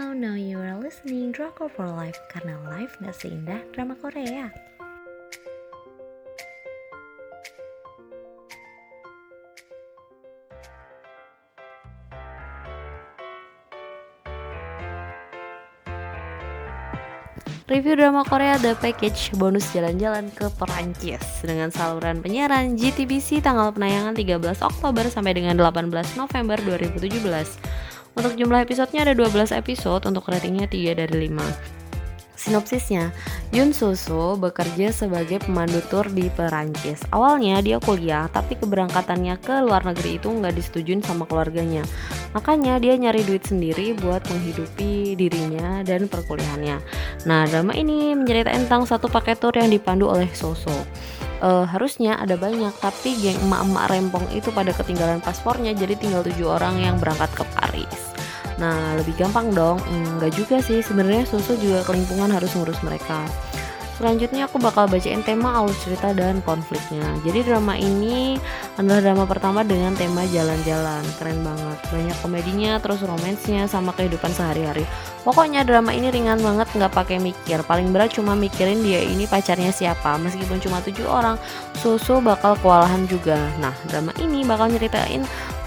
now you are listening Drakor for Life karena life gak seindah drama Korea. Review drama Korea The Package bonus jalan-jalan ke Perancis dengan saluran penyiaran JTBC tanggal penayangan 13 Oktober sampai dengan 18 November 2017. Untuk jumlah episodenya ada 12 episode, untuk ratingnya 3 dari 5. Sinopsisnya, Yoon So bekerja sebagai pemandu tur di Perancis. Awalnya dia kuliah, tapi keberangkatannya ke luar negeri itu nggak disetujuin sama keluarganya. Makanya dia nyari duit sendiri buat menghidupi dirinya dan perkuliahannya. Nah, drama ini menceritakan tentang satu paket tur yang dipandu oleh So. Harusnya ada banyak, tapi geng emak-emak rempong itu pada ketinggalan paspornya, jadi tinggal 7 orang yang berangkat ke Paris. Nah, lebih gampang dong. Enggak juga sih, sebenarnya Susu juga kelimpungan harus ngurus mereka. Selanjutnya aku bakal bacain tema alur cerita dan konfliknya. Jadi drama ini adalah drama pertama dengan tema jalan-jalan. Keren banget. Banyak komedinya, terus romansnya, sama kehidupan sehari-hari. Pokoknya drama ini ringan banget, nggak pakai mikir. Paling berat cuma mikirin dia ini pacarnya siapa. Meskipun cuma 7 orang, Susu bakal kewalahan juga. Nah, drama ini bakal nyeritain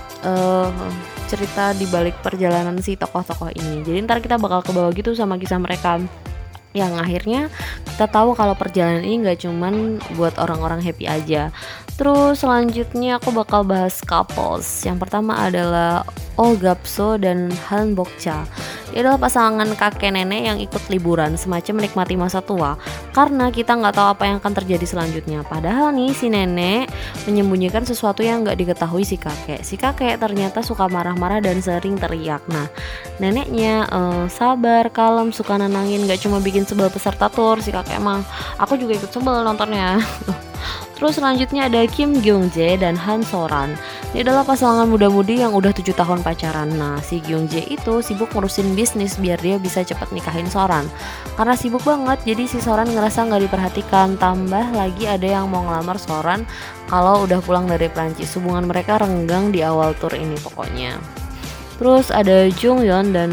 cerita di balik perjalanan si tokoh-tokoh ini. Jadi ntar kita bakal kebawa gitu sama kisah mereka, yang akhirnya kita tahu kalau perjalanan ini nggak cuman buat orang-orang happy aja. Terus selanjutnya aku bakal bahas couples. Yang pertama adalah Oh Gapso dan Han Bokcha. Dia adalah pasangan kakek nenek yang ikut liburan, semacam menikmati masa tua, karena kita nggak tahu apa yang akan terjadi selanjutnya. Padahal nih si nenek menyembunyikan sesuatu yang nggak diketahui si kakek. Si kakek ternyata suka marah-marah dan sering teriak. Nah, neneknya sabar, kalem, suka nenangin, nggak cuma bikin sebel peserta tur. Si kakek emang, aku juga ikut sebel nontonnya. Terus selanjutnya ada Kim Gyung Jae dan Han Soran. Ini adalah pasangan muda-mudi yang udah 7 tahun pacaran. Nah, si Gyung Jae itu sibuk ngurusin bisnis biar dia bisa cepat nikahin Soran. Karena sibuk banget, jadi si Soran ngerasa gak diperhatikan. Tambah lagi ada yang mau ngelamar Soran kalau udah pulang dari Prancis. Hubungan mereka renggang di awal tur ini pokoknya. Terus ada Jung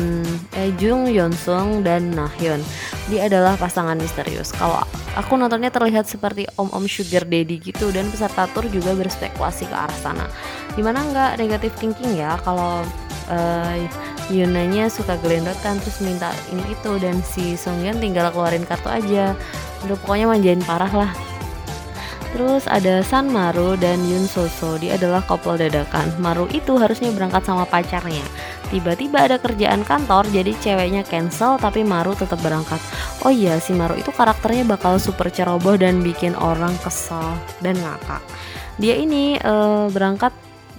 Yeon Sung dan Nahyun. Dia adalah pasangan misterius. Kalau aku nontonnya terlihat seperti om-om sugar daddy gitu, dan peserta tur juga berspekulasi ke arah sana. Dimana nggak negatif thinking ya, kalau Yunanya suka gelendotan terus minta ini itu, dan si Sungyeon tinggal keluarin kartu aja. Udah pokoknya manjain parah lah. Terus ada San Maru dan Yoon So. Dia adalah couple dadakan. Maru itu harusnya berangkat sama pacarnya. Tiba-tiba ada kerjaan kantor, jadi ceweknya cancel tapi Maru tetap berangkat. Oh iya, si Maru itu karakternya bakal super ceroboh dan bikin orang kesel dan ngakak. Dia ini berangkat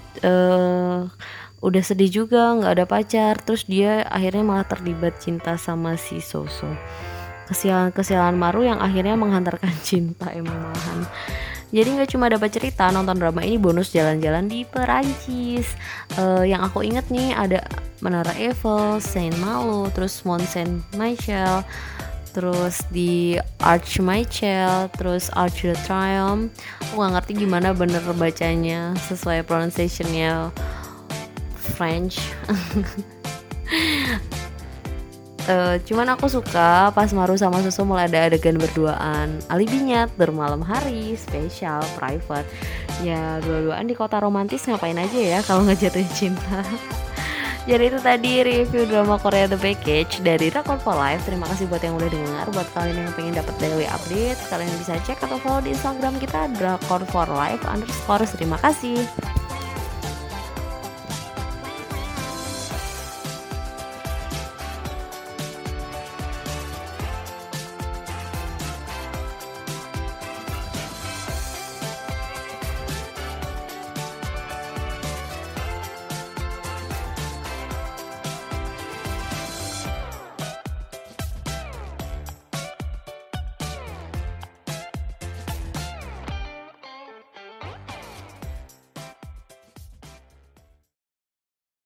udah sedih juga, nggak ada pacar. Terus dia akhirnya malah terlibat cinta sama si So. Kesialan Maru yang akhirnya menghantarkan cinta emang malahan. Jadi nggak cuma dapat cerita, nonton drama ini bonus jalan-jalan di Perancis. Yang aku inget nih ada Menara Eiffel, Saint Malo, terus Mont Saint Michel, terus di Arch Michel, terus Arch de Triomphe. Aku nggak ngerti gimana bener bacanya sesuai pronunciationnya French. Cuman aku suka pas Maru sama Susu mulai ada adegan berduaan. Alibinya malam hari, spesial, private. Ya dua-duaan di kota romantis ngapain aja ya kalau nggak jatuhin cinta. Jadi itu tadi review drama Korea The Package dari Drakor for Life. Terima kasih buat yang udah dengar. Buat kalian yang pengen dapat daily update, kalian bisa cek atau follow di Instagram kita Drakor for Life _. Terima kasih.